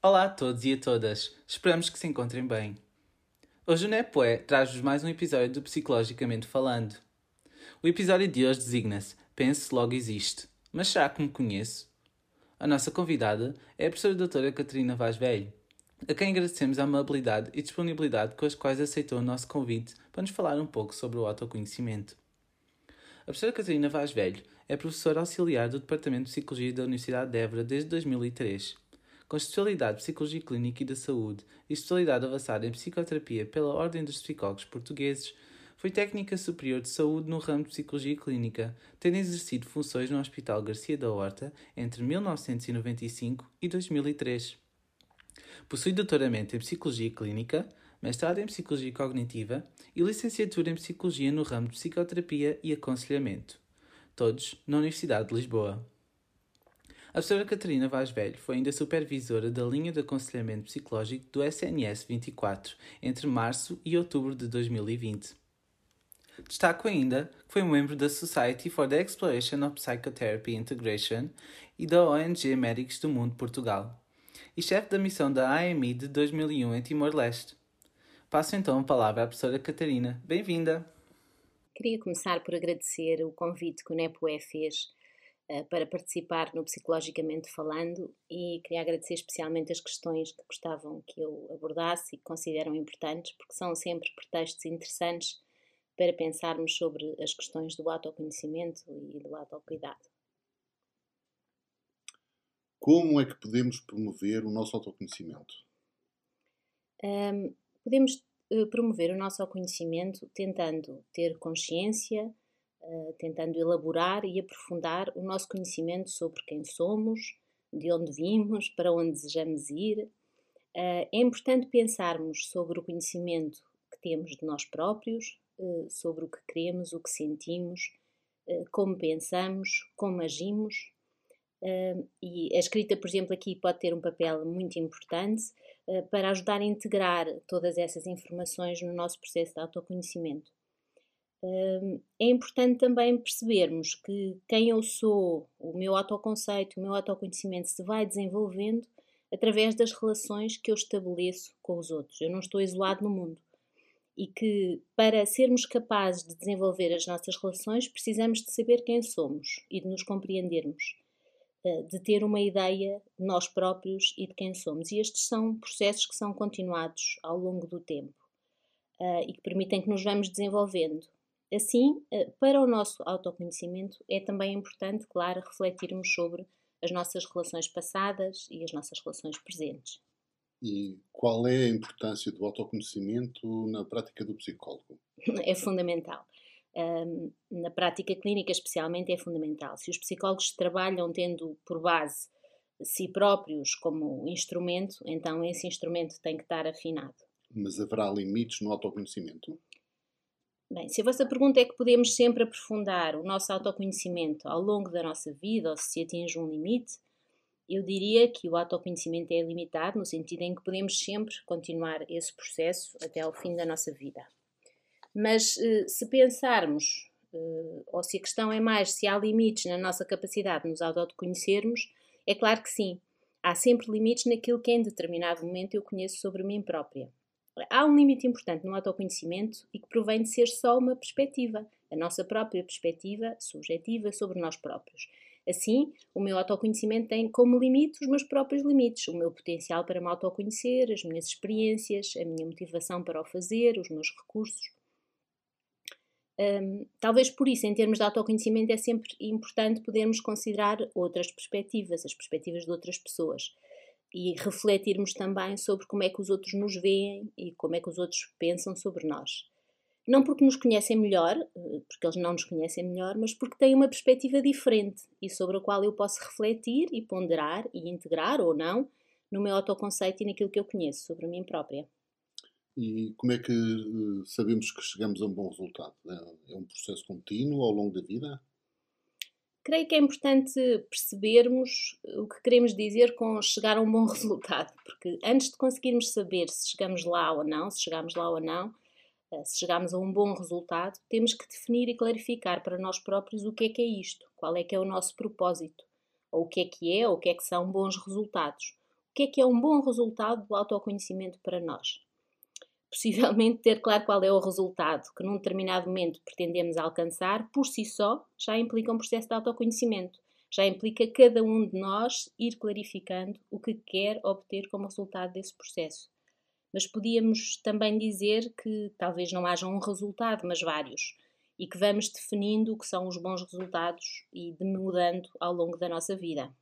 Olá a todos e a todas, esperamos que se encontrem bem. Hoje o Nepoé traz-vos mais um episódio do Psicologicamente Falando. O episódio de hoje designa-se Pense Logo Existe, mas será que me conheço? A nossa convidada é a professora doutora Catarina Vaz Velho, a quem agradecemos a amabilidade e disponibilidade com as quais aceitou o nosso convite para nos falar um pouco sobre o autoconhecimento. A professora Catarina Vaz Velho é professora auxiliar do Departamento de Psicologia da Universidade de Évora desde 2003. Com especialidade de Psicologia Clínica e da Saúde e especialidade avançada em Psicoterapia pela Ordem dos Psicólogos Portugueses, foi técnica superior de saúde no ramo de Psicologia Clínica, tendo exercido funções no Hospital Garcia da Horta entre 1995 e 2003. Possui doutoramento em Psicologia Clínica, mestrado em Psicologia Cognitiva e licenciatura em Psicologia no ramo de Psicoterapia e Aconselhamento, todos na Universidade de Lisboa. A professora Catarina Vaz Velho foi ainda supervisora da linha de aconselhamento psicológico do SNS 24 entre março e outubro de 2020. Destaco ainda que foi membro da Society for the Exploration of Psychotherapy Integration e da ONG Médicos do Mundo Portugal e chefe da missão da AMI de 2001 em Timor-Leste. Passo então a palavra à professora Catarina. Bem-vinda! Queria começar por agradecer o convite que o Nepoé fez para participar no Psicologicamente Falando e queria agradecer especialmente as questões que gostavam que eu abordasse e que consideram importantes, porque são sempre pretextos interessantes para pensarmos sobre as questões do autoconhecimento e do autocuidado. Como é que podemos promover o nosso autoconhecimento? Podemos promover o nosso autoconhecimento tentando ter consciência, tentando elaborar e aprofundar o nosso conhecimento sobre quem somos, de onde vimos, para onde desejamos ir. É importante pensarmos sobre o conhecimento que temos de nós próprios, sobre o que queremos, o que sentimos, como pensamos, como agimos. E a escrita, por exemplo, aqui pode ter um papel muito importante para ajudar a integrar todas essas informações no nosso processo de autoconhecimento. É importante também percebermos que quem eu sou, o meu autoconceito, o meu autoconhecimento se vai desenvolvendo através das relações que eu estabeleço com os outros. Eu não estou isolado no mundo. E que para sermos capazes de desenvolver as nossas relações precisamos de saber quem somos e de nos compreendermos, de ter uma ideia de nós próprios e de quem somos. E estes são processos que são continuados ao longo do tempo e que permitem que nos vamos desenvolvendo. Assim, para o nosso autoconhecimento é também importante, claro, refletirmos sobre as nossas relações passadas e as nossas relações presentes. E qual é a importância do autoconhecimento na prática do psicólogo? É fundamental. Na prática clínica, especialmente, é fundamental. Se os psicólogos trabalham tendo por base si próprios como instrumento, então esse instrumento tem que estar afinado. Mas haverá limites no autoconhecimento? Bem, se a vossa pergunta é que podemos sempre aprofundar o nosso autoconhecimento ao longo da nossa vida ou se atinge um limite, eu diria que o autoconhecimento é limitado no sentido em que podemos sempre continuar esse processo até ao fim da nossa vida. Mas se pensarmos, ou se a questão é mais se há limites na nossa capacidade de nos autoconhecermos, é claro que sim. Há sempre limites naquilo que em determinado momento eu conheço sobre mim própria. Há um limite importante no autoconhecimento e que provém de ser só uma perspectiva, a nossa própria perspectiva subjetiva sobre nós próprios. Assim, o meu autoconhecimento tem como limite os meus próprios limites, o meu potencial para me autoconhecer, as minhas experiências, a minha motivação para o fazer, os meus recursos. Talvez por isso, em termos de autoconhecimento, é sempre importante podermos considerar outras perspectivas, as perspectivas de outras pessoas. E refletirmos também sobre como é que os outros nos veem e como é que os outros pensam sobre nós. Não porque nos conhecem melhor, porque eles não nos conhecem melhor, mas porque têm uma perspectiva diferente e sobre a qual eu posso refletir e ponderar e integrar ou não no meu autoconceito e naquilo que eu conheço sobre mim própria. E como é que sabemos que chegamos a um bom resultado? É um processo contínuo ao longo da vida? Creio que é importante percebermos o que queremos dizer com chegar a um bom resultado, porque antes de conseguirmos saber se chegamos lá ou não, se chegamos lá ou não, se chegamos a um bom resultado, temos que definir e clarificar para nós próprios o que é isto, qual é que é o nosso propósito, ou o que é, ou o que é que são bons resultados. que é um bom resultado do autoconhecimento para nós? Possivelmente ter claro qual é o resultado que num determinado momento pretendemos alcançar, por si só, já implica um processo de autoconhecimento. Já implica cada um de nós ir clarificando o que quer obter como resultado desse processo. Mas podíamos também dizer que talvez não haja um resultado, mas vários, e que vamos definindo o que são os bons resultados e mudando ao longo da nossa vida.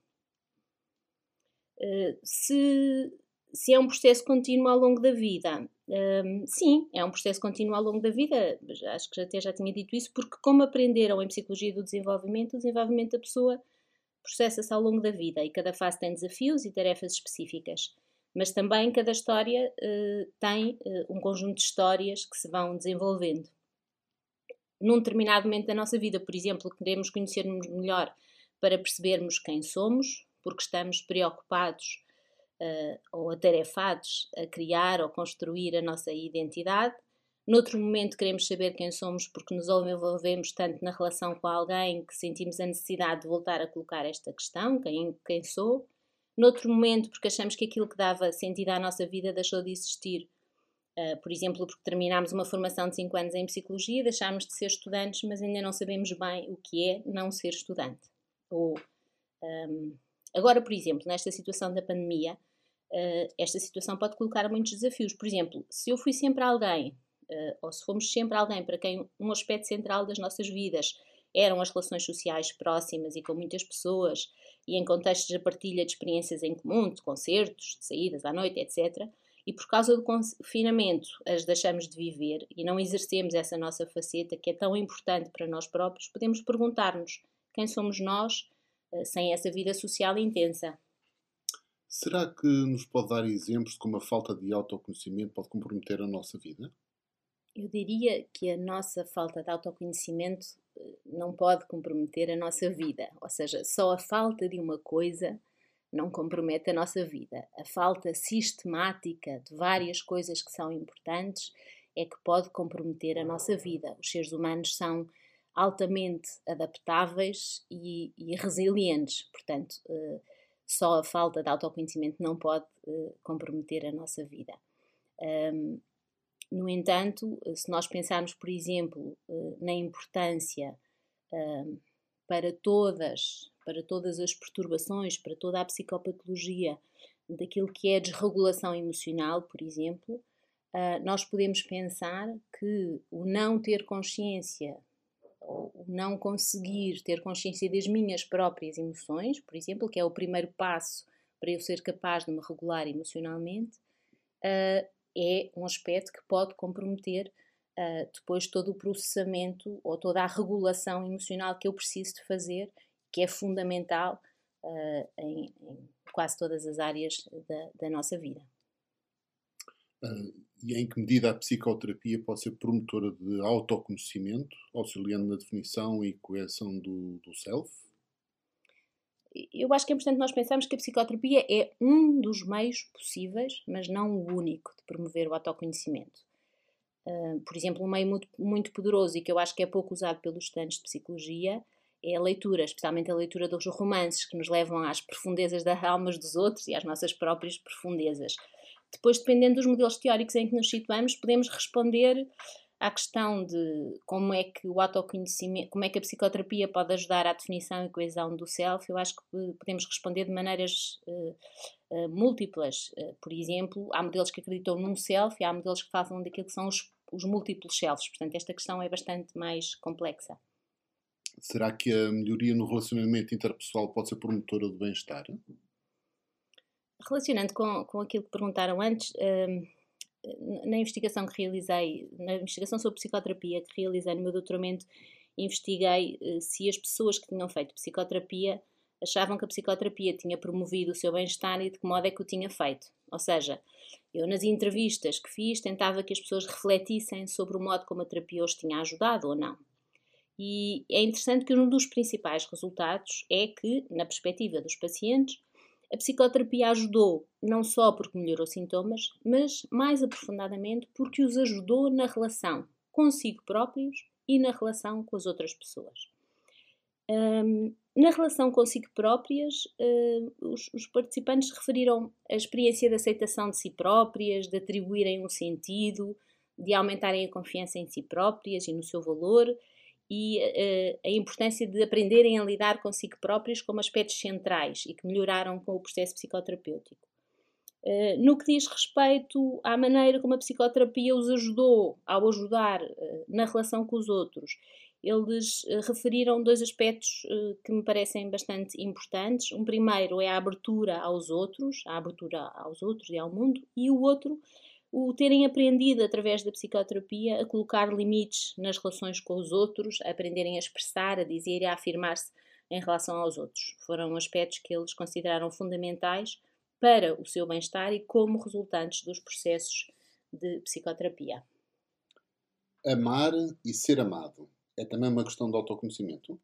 Se é um processo contínuo ao longo da vida, sim, é um processo contínuo ao longo da vida, acho que até já tinha dito isso, porque como aprenderam em Psicologia do Desenvolvimento, o desenvolvimento da pessoa processa-se ao longo da vida e cada fase tem desafios e tarefas específicas. Mas também cada história tem um conjunto de histórias que se vão desenvolvendo. Num determinado momento da nossa vida, por exemplo, queremos conhecer-nos melhor para percebermos quem somos, porque estamos preocupados ou atarefados a criar ou construir a nossa identidade. Noutro momento queremos saber quem somos porque nos envolvemos tanto na relação com alguém que sentimos a necessidade de voltar a colocar esta questão, quem sou. Noutro momento porque achamos que aquilo que dava sentido à nossa vida deixou de existir. Por exemplo, porque terminámos uma formação de 5 anos em Psicologia, deixámos de ser estudantes, mas ainda não sabemos bem o que é não ser estudante. Agora, por exemplo, nesta situação da pandemia, esta situação pode colocar muitos desafios. Por exemplo, se eu fui sempre alguém, ou se fomos sempre alguém para quem um aspecto central das nossas vidas eram as relações sociais próximas e com muitas pessoas e em contextos de partilha de experiências em comum, de concertos, de saídas à noite, etc., e por causa do confinamento as deixamos de viver e não exercemos essa nossa faceta que é tão importante para nós próprios, podemos perguntar-nos quem somos nós sem essa vida social intensa. Será que nos pode dar exemplos de como a falta de autoconhecimento pode comprometer a nossa vida? Eu diria que a nossa falta de autoconhecimento não pode comprometer a nossa vida, ou seja, só a falta de uma coisa não compromete a nossa vida. A falta sistemática de várias coisas que são importantes é que pode comprometer a nossa vida. Os seres humanos são altamente adaptáveis e resilientes, portanto, só a falta de autoconhecimento não pode comprometer a nossa vida. No entanto, se nós pensarmos, por exemplo, na importância para todas as perturbações, para toda a psicopatologia daquilo que é a desregulação emocional, por exemplo, nós podemos pensar que o não ter consciência, ou o não conseguir ter consciência das minhas próprias emoções, por exemplo, que é o primeiro passo para eu ser capaz de me regular emocionalmente, é um aspecto que pode comprometer depois todo o processamento ou toda a regulação emocional que eu preciso de fazer, que é fundamental em quase todas as áreas da nossa vida. E em que medida a psicoterapia pode ser promotora de autoconhecimento, auxiliando na definição e correção do self? Eu acho que é importante nós pensarmos que a psicoterapia é um dos meios possíveis, mas não o único, de promover o autoconhecimento. Por exemplo, um meio muito, muito poderoso e que eu acho que é pouco usado pelos estudantes de psicologia é a leitura, especialmente a leitura dos romances que nos levam às profundezas das almas dos outros e às nossas próprias profundezas. Depois, dependendo dos modelos teóricos em que nos situamos, podemos responder à questão de como é que o autoconhecimento, como é que a psicoterapia pode ajudar à definição e coesão do self. Eu acho que podemos responder de maneiras múltiplas. Por exemplo, há modelos que acreditam num self e há modelos que falam daquilo que são os múltiplos selves. Portanto, esta questão é bastante mais complexa. Será que a melhoria no relacionamento interpessoal pode ser promotora do bem-estar? Relacionando com aquilo que perguntaram antes, na investigação que realizei, na investigação sobre psicoterapia que realizei no meu doutoramento, investiguei se as pessoas que tinham feito psicoterapia achavam que a psicoterapia tinha promovido o seu bem-estar e de que modo é que o tinha feito. Ou seja, eu nas entrevistas que fiz tentava que as pessoas refletissem sobre o modo como a terapia os tinha ajudado ou não. E é interessante que um dos principais resultados é que, na perspectiva dos pacientes, a psicoterapia ajudou não só porque melhorou sintomas, mas mais aprofundadamente porque os ajudou na relação consigo próprios e na relação com as outras pessoas. Na relação consigo próprias, os participantes referiram a experiência de aceitação de si próprias, de atribuírem um sentido, de aumentarem a confiança em si próprias e no seu valor, e a importância de aprenderem a lidar consigo próprios como aspectos centrais e que melhoraram com o processo psicoterapêutico. No que diz respeito à maneira como a psicoterapia os ajudou ao ajudar na relação com os outros, eles referiram 2 aspectos que me parecem bastante importantes. Um primeiro é a abertura aos outros e ao mundo, e o outro, o terem aprendido através da psicoterapia a colocar limites nas relações com os outros, a aprenderem a expressar, a dizer e a afirmar-se em relação aos outros. Foram aspectos que eles consideraram fundamentais para o seu bem-estar e como resultantes dos processos de psicoterapia. Amar e ser amado é também uma questão de autoconhecimento?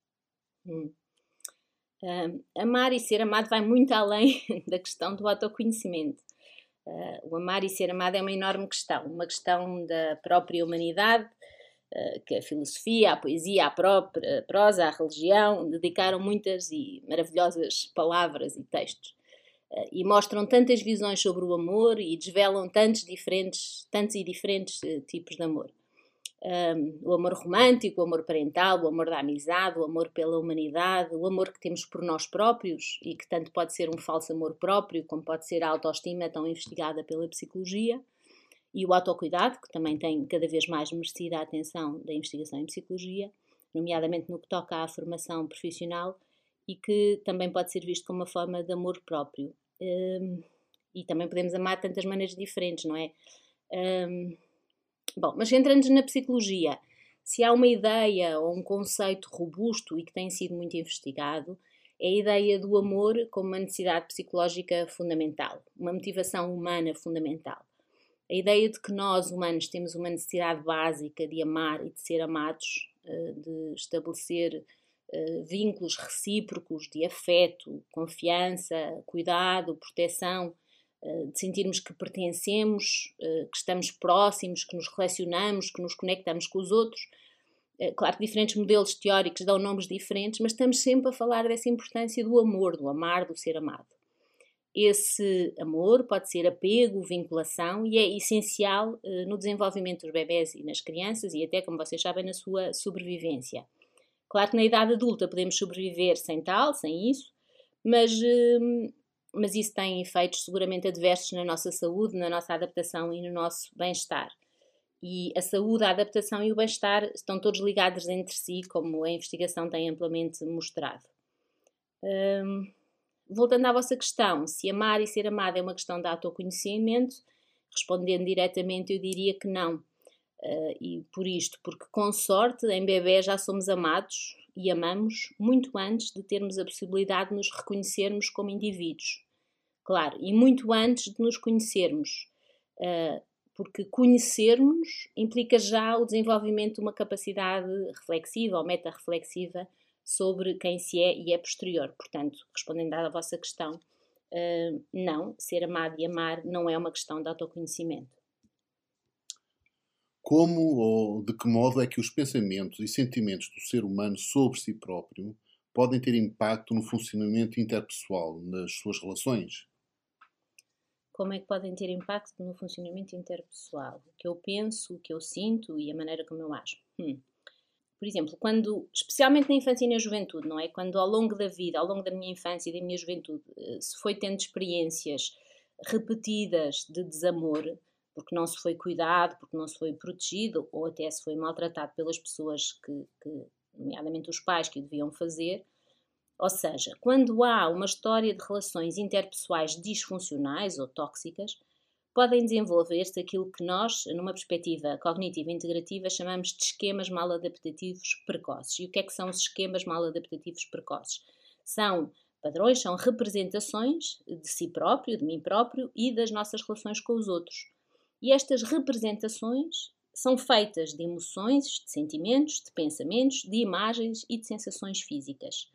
Amar e ser amado vai muito além da questão do autoconhecimento. O amar e ser amado é uma enorme questão, uma questão da própria humanidade, que a filosofia, a poesia, a prosa, a religião dedicaram muitas e maravilhosas palavras e textos. E mostram tantas visões sobre o amor e desvelam tantos e diferentes tipos de amor. O amor romântico, o amor parental, o amor da amizade, o amor pela humanidade, o amor que temos por nós próprios e que tanto pode ser um falso amor próprio como pode ser a autoestima tão investigada pela psicologia, e o autocuidado, que também tem cada vez mais merecido a atenção da investigação em psicologia, nomeadamente no que toca à formação profissional, e que também pode ser visto como uma forma de amor próprio. E também podemos amar de tantas maneiras diferentes, não é? Bom, mas entrando na psicologia, se há uma ideia ou um conceito robusto e que tem sido muito investigado, é a ideia do amor como uma necessidade psicológica fundamental, uma motivação humana fundamental. A ideia de que nós, humanos, temos uma necessidade básica de amar e de ser amados, de estabelecer vínculos recíprocos de afeto, confiança, cuidado, proteção, de sentirmos que pertencemos, que estamos próximos, que nos relacionamos, que nos conectamos com os outros. Claro que diferentes modelos teóricos dão nomes diferentes, mas estamos sempre a falar dessa importância do amor, do amar, do ser amado. Esse amor pode ser apego, vinculação e é essencial no desenvolvimento dos bebés e nas crianças e até, como vocês sabem, na sua sobrevivência. Claro que na idade adulta podemos sobreviver sem isso, mas isso tem efeitos seguramente adversos na nossa saúde, na nossa adaptação e no nosso bem-estar. E a saúde, a adaptação e o bem-estar estão todos ligados entre si, como a investigação tem amplamente mostrado. Voltando à vossa questão, se amar e ser amado é uma questão de autoconhecimento, respondendo diretamente eu diria que não. E por isto, porque com sorte em bebê já somos amados e amamos muito antes de termos a possibilidade de nos reconhecermos como indivíduos. Claro, e muito antes de nos conhecermos, porque conhecermos implica já o desenvolvimento de uma capacidade reflexiva ou meta-reflexiva sobre quem se é e é posterior. Portanto, respondendo à vossa questão, não, ser amado e amar não é uma questão de autoconhecimento. Como ou de que modo é que os pensamentos e sentimentos do ser humano sobre si próprio podem ter impacto no funcionamento interpessoal, nas suas relações? Como é que podem ter impacto no funcionamento interpessoal? O que eu penso, o que eu sinto e a maneira como eu ajo. Por exemplo, especialmente na infância e na juventude, não é? Quando ao longo da vida, ao longo da minha infância e da minha juventude, se foi tendo experiências repetidas de desamor, porque não se foi cuidado, porque não se foi protegido, ou até se foi maltratado pelas pessoas que nomeadamente os pais, que o deviam fazer. Ou seja, quando há uma história de relações interpessoais disfuncionais ou tóxicas, podem desenvolver-se aquilo que nós, numa perspectiva cognitiva integrativa, chamamos de esquemas maladaptativos precoces. E o que é que são os esquemas maladaptativos precoces? São padrões, são representações de si próprio, de mim próprio e das nossas relações com os outros. E estas representações são feitas de emoções, de sentimentos, de pensamentos, de imagens e de sensações físicas.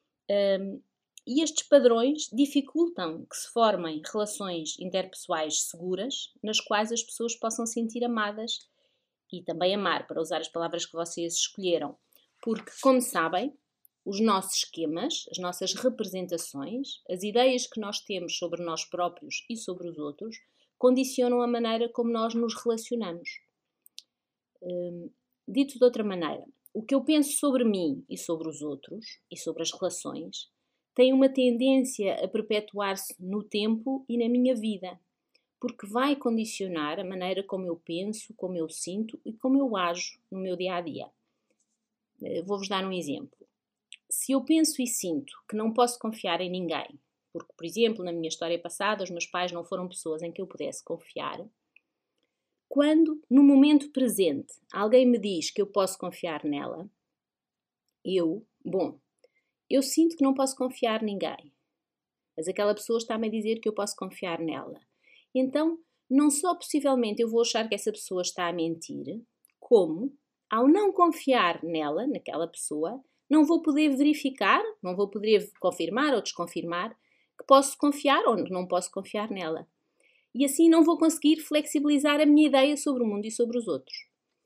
E estes padrões dificultam que se formem relações interpessoais seguras, nas quais as pessoas possam sentir amadas e também amar, para usar as palavras que vocês escolheram. Porque, como sabem, os nossos esquemas, as nossas representações, as ideias que nós temos sobre nós próprios e sobre os outros, condicionam a maneira como nós nos relacionamos. Dito de outra maneira, o que eu penso sobre mim e sobre os outros e sobre as relações tem uma tendência a perpetuar-se no tempo e na minha vida, porque vai condicionar a maneira como eu penso, como eu sinto e como eu ajo no meu dia-a-dia. Vou-vos dar um exemplo. Se eu penso e sinto que não posso confiar em ninguém, porque, por exemplo, na minha história passada, os meus pais não foram pessoas em que eu pudesse confiar, quando, no momento presente, alguém me diz que eu posso confiar nela, eu sinto que não posso confiar em ninguém, mas aquela pessoa está-me a dizer que eu posso confiar nela. Então, não só possivelmente eu vou achar que essa pessoa está a mentir, como, ao não confiar nela, naquela pessoa, não vou poder verificar, não vou poder confirmar ou desconfirmar que posso confiar ou não posso confiar nela. E assim não vou conseguir flexibilizar a minha ideia sobre o mundo e sobre os outros.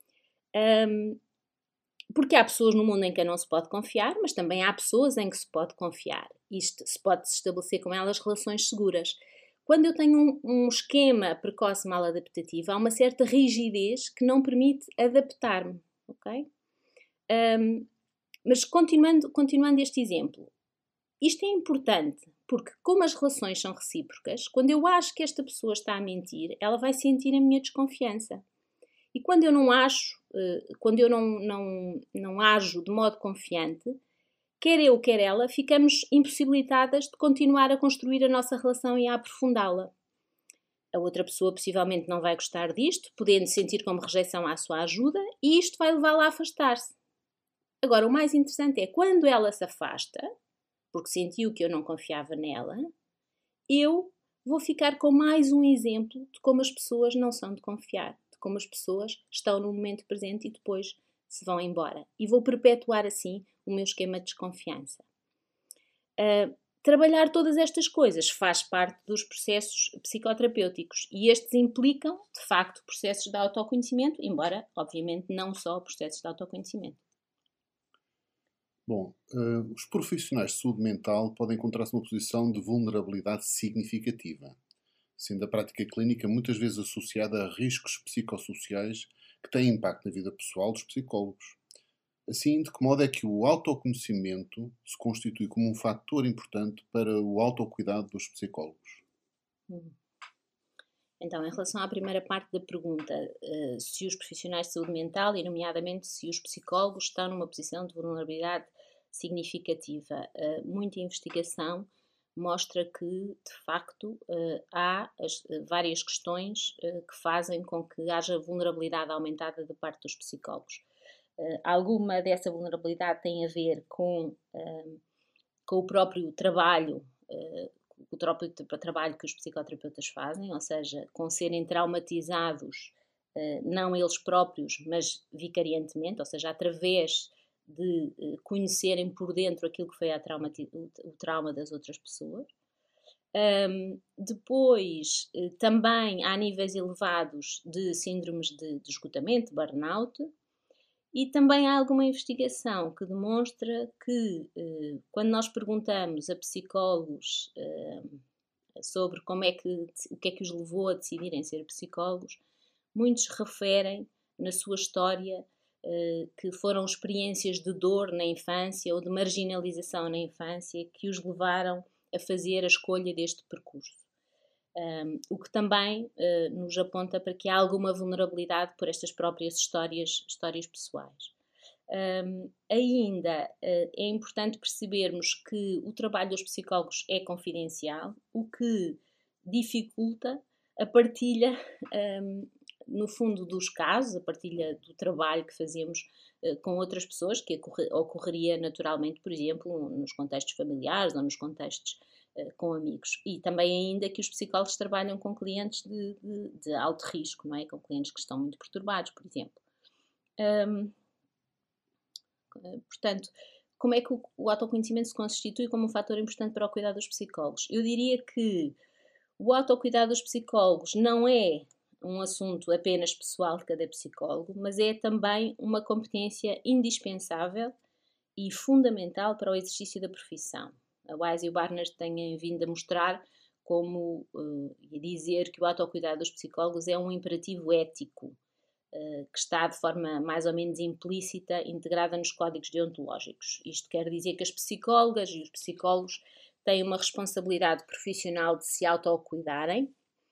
Porque há pessoas no mundo em que não se pode confiar, mas também há pessoas em que se pode confiar. Isto se pode estabelecer com elas relações seguras. Quando eu tenho um esquema precoce mal adaptativo, há uma certa rigidez que não permite adaptar-me, ok? Mas continuando este exemplo, isto é importante porque, como as relações são recíprocas, quando eu acho que esta pessoa está a mentir, ela vai sentir a minha desconfiança. E quando eu não acho, quando eu não ajo de modo confiante, quer eu, quer ela, ficamos impossibilitadas de continuar a construir a nossa relação e a aprofundá-la. A outra pessoa possivelmente não vai gostar disto, podendo sentir como rejeição à sua ajuda, e isto vai levá-la a afastar-se. Agora, o mais interessante é quando ela se afasta, porque sentiu que eu não confiava nela, eu vou ficar com mais um exemplo de como as pessoas não são de confiar, de como as pessoas estão no momento presente e depois se vão embora. E vou perpetuar assim o meu esquema de desconfiança. Trabalhar todas estas coisas faz parte dos processos psicoterapêuticos e estes implicam, de facto, processos de autoconhecimento, embora, obviamente, não só processos de autoconhecimento. Bom, os profissionais de saúde mental podem encontrar-se numa posição de vulnerabilidade significativa, sendo a prática clínica muitas vezes associada a riscos psicossociais que têm impacto na vida pessoal dos psicólogos. Assim, de que modo é que o autoconhecimento se constitui como um fator importante para o autocuidado dos psicólogos? Então, em relação à primeira parte da pergunta, se os profissionais de saúde mental, e nomeadamente se os psicólogos, estão numa posição de vulnerabilidade significativa, muita investigação mostra que, de facto, há várias questões que fazem com que haja vulnerabilidade aumentada da parte dos psicólogos. Alguma dessa vulnerabilidade tem a ver com o próprio trabalho, que os psicoterapeutas fazem, ou seja, com serem traumatizados, não eles próprios, mas vicariantemente, ou seja, através de conhecerem por dentro aquilo que foi o trauma das outras pessoas. Depois, também há níveis elevados de síndromes de esgotamento, burnout, e também há alguma investigação que demonstra que, quando nós perguntamos a psicólogos sobre o que é que os levou a decidirem ser psicólogos, muitos referem na sua história que foram experiências de dor na infância ou de marginalização na infância que os levaram a fazer a escolha deste percurso. O que também nos aponta para que há alguma vulnerabilidade por estas próprias histórias pessoais. Ainda é importante percebermos que o trabalho dos psicólogos é confidencial, o que dificulta a partilha, no fundo, dos casos, a partilha do trabalho que fazemos com outras pessoas, que ocorreria naturalmente, por exemplo, nos contextos familiares ou nos contextos com amigos. E também ainda que os psicólogos trabalham com clientes de alto risco, não é? Com clientes que estão muito perturbados, por exemplo. Portanto, como é que o autoconhecimento se constitui como um fator importante para o cuidado dos psicólogos? Eu diria que o autocuidado dos psicólogos não é um assunto apenas pessoal de cada psicólogo, mas é também uma competência indispensável e fundamental para o exercício da profissão. A Wise e o Barnard têm vindo a mostrar e dizer que o autocuidado dos psicólogos é um imperativo ético que está de forma mais ou menos implícita integrada nos códigos deontológicos. Isto quer dizer que as psicólogas e os psicólogos têm uma responsabilidade profissional de se autocuidarem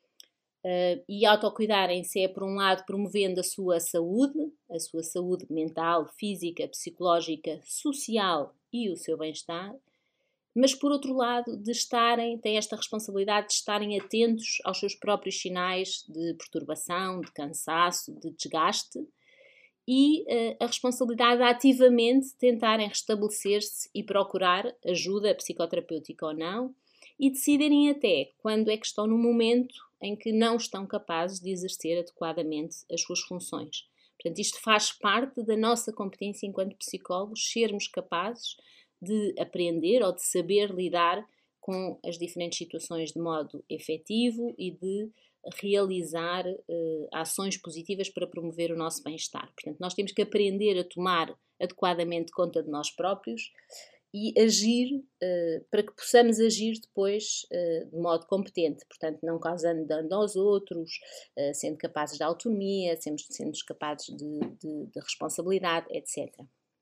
e autocuidarem-se é, por um lado, promovendo a sua saúde mental, física, psicológica, social e o seu bem-estar, mas por outro lado têm esta responsabilidade de estarem atentos aos seus próprios sinais de perturbação, de cansaço, de desgaste e a responsabilidade de ativamente tentarem restabelecer-se e procurar ajuda psicoterapêutica ou não e decidirem até quando é que estão no momento em que não estão capazes de exercer adequadamente as suas funções. Portanto, isto faz parte da nossa competência enquanto psicólogos, sermos capazes de aprender ou de saber lidar com as diferentes situações de modo efetivo e de realizar ações positivas para promover o nosso bem-estar. Portanto, nós temos que aprender a tomar adequadamente conta de nós próprios e agir para que possamos agir depois de modo competente, portanto, não causando dano aos outros, sendo capazes de autonomia, sendo capazes de responsabilidade, etc.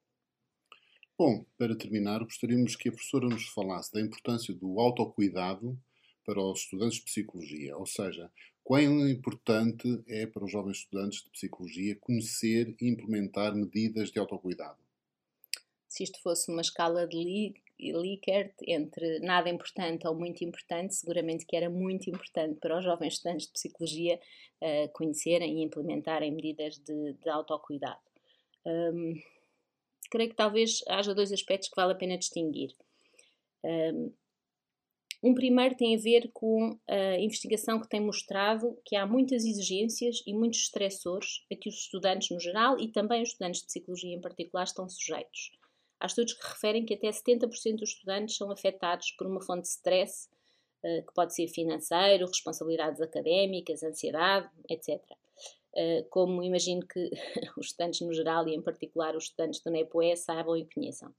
Bom, para terminar, gostaríamos que a professora nos falasse da importância do autocuidado para os estudantes de psicologia, ou seja, quão importante é para os jovens estudantes de psicologia conhecer e implementar medidas de autocuidado. Se isto fosse uma escala de Likert entre nada importante ou muito importante, seguramente que era muito importante para os jovens estudantes de psicologia conhecerem e implementarem medidas de autocuidado. Creio que talvez haja dois aspectos que vale a pena distinguir. Um primeiro tem a ver com a investigação que tem mostrado que há muitas exigências e muitos estressores a que os estudantes no geral e também os estudantes de psicologia em particular estão sujeitos. Há estudos que referem que até 70% dos estudantes são afetados por uma fonte de stress, que pode ser financeiro, responsabilidades académicas, ansiedade, etc. Como imagino que os estudantes no geral e em particular os estudantes do NEPOE saibam e conheçam.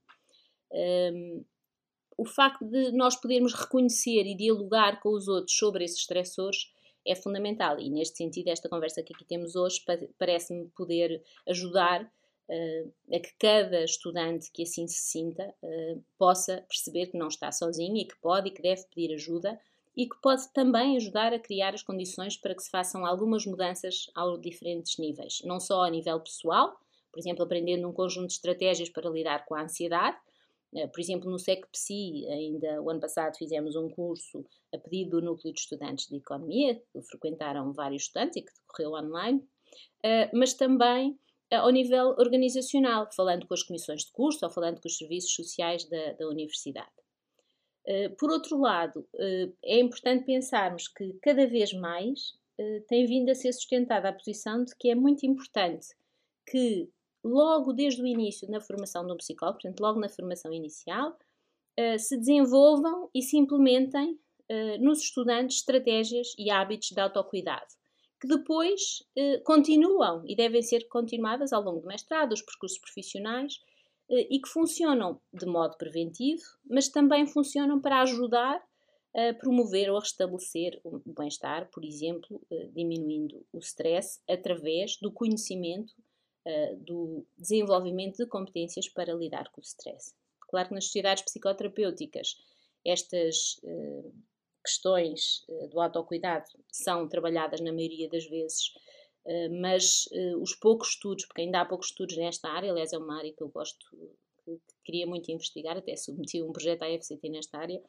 O facto de nós podermos reconhecer e dialogar com os outros sobre esses estressores é fundamental e neste sentido esta conversa que aqui temos hoje parece-me poder ajudar a que cada estudante que assim se sinta possa perceber que não está sozinho e que pode e que deve pedir ajuda e que pode também ajudar a criar as condições para que se façam algumas mudanças a diferentes níveis, não só a nível pessoal, por exemplo, aprendendo um conjunto de estratégias para lidar com a ansiedade. Por exemplo, no SECPSI, ainda o ano passado fizemos um curso a pedido do Núcleo de Estudantes de Economia, que frequentaram vários estudantes e que decorreu online, mas também ao nível organizacional, falando com as comissões de curso ou falando com os serviços sociais da universidade. Por outro lado, é importante pensarmos que cada vez mais tem vindo a ser sustentada a posição de que é muito importante que logo desde o início na formação de um psicólogo, portanto logo na formação inicial, se desenvolvam e se implementem nos estudantes estratégias e hábitos de autocuidado, que depois continuam e devem ser continuadas ao longo do mestrado, dos percursos profissionais, e que funcionam de modo preventivo, mas também funcionam para ajudar a promover ou a restabelecer o bem-estar, por exemplo, diminuindo o stress através do conhecimento do desenvolvimento de competências para lidar com o stress. Claro que nas sociedades psicoterapêuticas estas questões do autocuidado são trabalhadas na maioria das vezes, mas os poucos estudos, porque ainda há poucos estudos nesta área, aliás é uma área que eu gosto, que queria muito investigar, até submeti um projeto à FCT nesta área,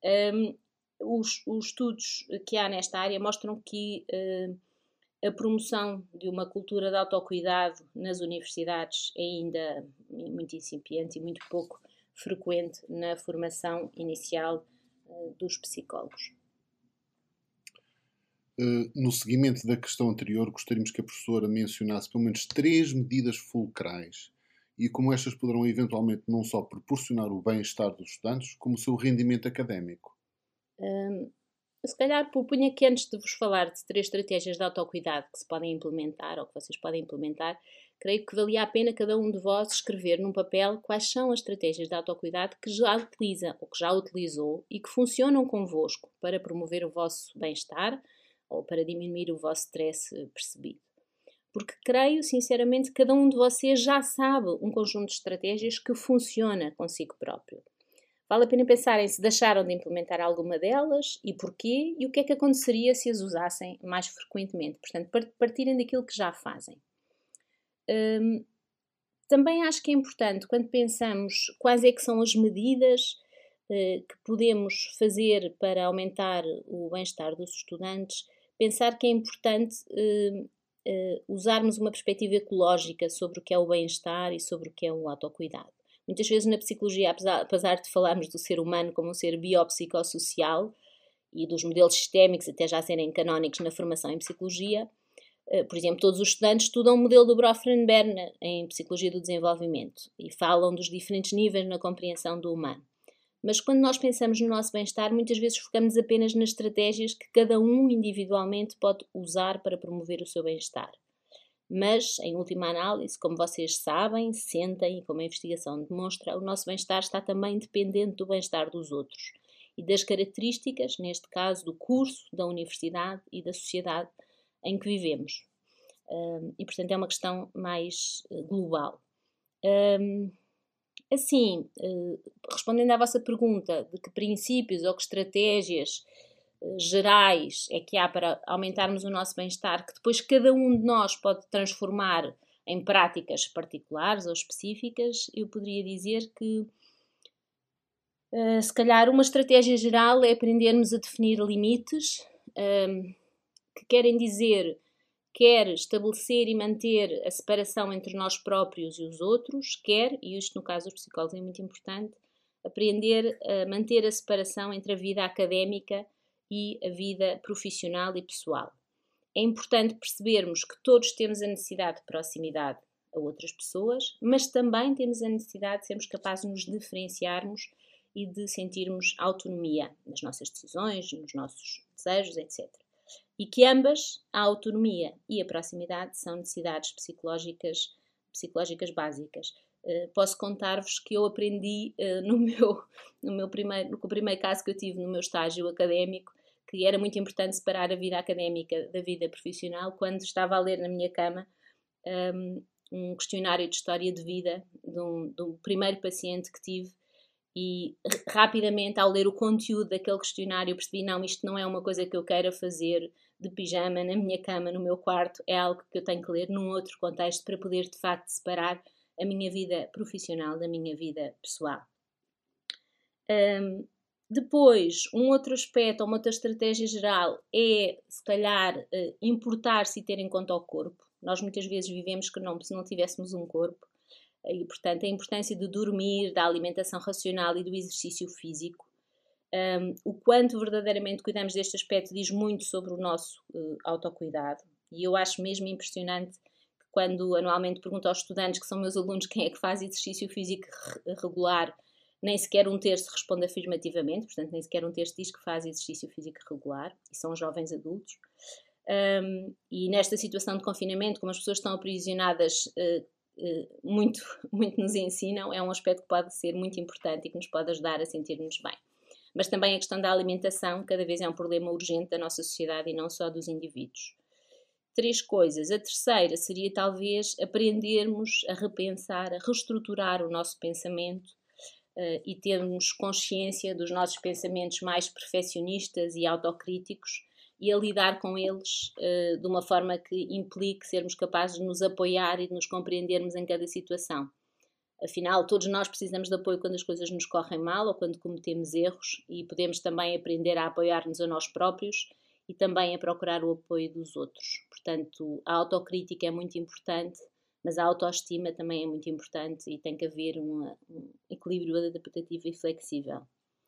os estudos que há nesta área mostram que a promoção de uma cultura de autocuidado nas universidades é ainda muito incipiente e muito pouco frequente na formação inicial dos psicólogos. No seguimento da questão anterior, gostaríamos que a professora mencionasse pelo menos 3 medidas fulcrais e como estas poderão eventualmente não só proporcionar o bem-estar dos estudantes, como o seu rendimento académico. Se calhar propunha que antes de vos falar de 3 estratégias de autocuidado que se podem implementar ou que vocês podem implementar, creio que valia a pena cada um de vós escrever num papel quais são as estratégias de autocuidado que já utiliza ou que já utilizou e que funcionam convosco para promover o vosso bem-estar ou para diminuir o vosso stress percebido. Porque creio, sinceramente, que cada um de vocês já sabe um conjunto de estratégias que funciona consigo próprio. Vale a pena pensarem se deixaram de implementar alguma delas e porquê e o que é que aconteceria se as usassem mais frequentemente. Portanto, partirem daquilo que já fazem. Também acho que é importante, quando pensamos quais é que são as medidas que podemos fazer para aumentar o bem-estar dos estudantes, pensar que é importante usarmos uma perspectiva ecológica sobre o que é o bem-estar e sobre o que é o autocuidado. Muitas vezes na psicologia, apesar de falarmos do ser humano como um ser biopsicossocial e dos modelos sistémicos até já serem canónicos na formação em psicologia, por exemplo, todos os estudantes estudam o modelo do Bronfenbrenner em Psicologia do Desenvolvimento e falam dos diferentes níveis na compreensão do humano. Mas quando nós pensamos no nosso bem-estar, muitas vezes focamos apenas nas estratégias que cada um individualmente pode usar para promover o seu bem-estar. Mas, em última análise, como vocês sabem, sentem e como a investigação demonstra, o nosso bem-estar está também dependente do bem-estar dos outros e das características, neste caso, do curso, da universidade e da sociedade em que vivemos. E, portanto, é uma questão mais global. Assim, respondendo à vossa pergunta de que princípios ou que estratégias gerais é que há para aumentarmos o nosso bem-estar, que depois cada um de nós pode transformar em práticas particulares ou específicas, eu poderia dizer que se calhar uma estratégia geral é aprendermos a definir limites, que querem dizer quer estabelecer e manter a separação entre nós próprios e os outros, quer, e isto no caso dos psicólogos é muito importante, aprender a manter a separação entre a vida académica e a vida profissional e pessoal. É importante percebermos que todos temos a necessidade de proximidade a outras pessoas, mas também temos a necessidade de sermos capazes de nos diferenciarmos e de sentirmos autonomia nas nossas decisões, nos nossos desejos, etc. E que ambas, a autonomia e a proximidade, são necessidades psicológicas básicas. Posso contar-vos que eu aprendi no primeiro caso que eu tive no meu estágio académico, que era muito importante separar a vida académica da vida profissional, quando estava a ler na minha cama um questionário de história de vida do primeiro paciente que tive. E rapidamente, ao ler o conteúdo daquele questionário, percebi, não, isto não é uma coisa que eu queira fazer de pijama, na minha cama, no meu quarto, é algo que eu tenho que ler num outro contexto para poder, de facto, separar a minha vida profissional da minha vida pessoal. Depois, um outro aspecto, uma outra estratégia geral é, se calhar, importar-se e ter em conta o corpo. Nós muitas vezes vivemos que não, se não tivéssemos um corpo. E, portanto, a importância de dormir, da alimentação racional e do exercício físico. O quanto verdadeiramente cuidamos deste aspecto diz muito sobre o nosso autocuidado. E eu acho mesmo impressionante que quando anualmente pergunto aos estudantes, que são meus alunos, quem é que faz exercício físico regular, nem sequer um terço responde afirmativamente, portanto, nem sequer um terço diz que faz exercício físico regular, e são jovens adultos. E nesta situação de confinamento, como as pessoas estão aprisionadas, muito nos ensinam, é um aspecto que pode ser muito importante e que nos pode ajudar a sentir-nos bem. Mas também a questão da alimentação cada vez é um problema urgente da nossa sociedade e não só dos indivíduos. 3 coisas. A terceira seria talvez aprendermos a repensar, a reestruturar o nosso pensamento e termos consciência dos nossos pensamentos mais perfeccionistas e autocríticos e a lidar com eles de uma forma que implique sermos capazes de nos apoiar e de nos compreendermos em cada situação. Afinal, todos nós precisamos de apoio quando as coisas nos correm mal ou quando cometemos erros e podemos também aprender a apoiar-nos a nós próprios e também a procurar o apoio dos outros. Portanto, a autocrítica é muito importante, mas a autoestima também é muito importante e tem que haver um equilíbrio adaptativo e flexível.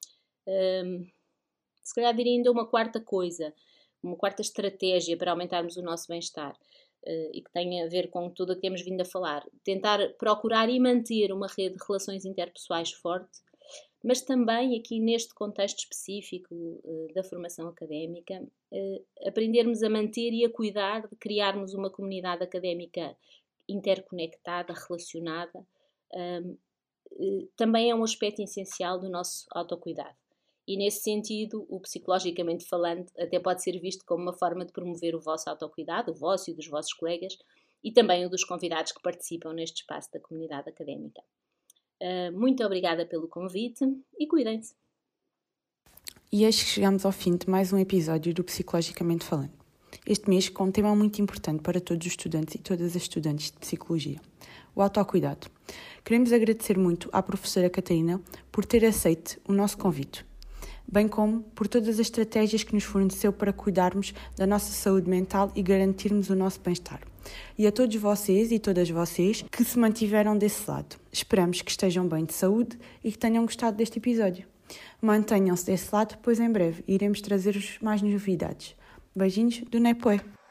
Se calhar diria ainda uma quarta coisa, uma quarta estratégia para aumentarmos o nosso bem-estar e que tem a ver com tudo o que temos vindo a falar. Tentar procurar e manter uma rede de relações interpessoais forte, mas também aqui neste contexto específico da formação académica, aprendermos a manter e a cuidar de criarmos uma comunidade académica interconectada, relacionada, também é um aspecto essencial do nosso autocuidado. E nesse sentido, o psicologicamente falando até pode ser visto como uma forma de promover o vosso autocuidado, o vosso e dos vossos colegas, e também o dos convidados que participam neste espaço da comunidade académica. Muito obrigada pelo convite e cuidem-se. E eis que chegamos ao fim de mais um episódio do Psicologicamente Falando. Este mês com um tema muito importante para todos os estudantes e todas as estudantes de Psicologia, o autocuidado. Queremos agradecer muito à professora Catarina por ter aceito o nosso convite, bem como por todas as estratégias que nos forneceu para cuidarmos da nossa saúde mental e garantirmos o nosso bem-estar. E a todos vocês e todas vocês que se mantiveram desse lado. Esperamos que estejam bem de saúde e que tenham gostado deste episódio. Mantenham-se desse lado, pois em breve iremos trazer-vos mais novidades. Beijinhos do Nepoé.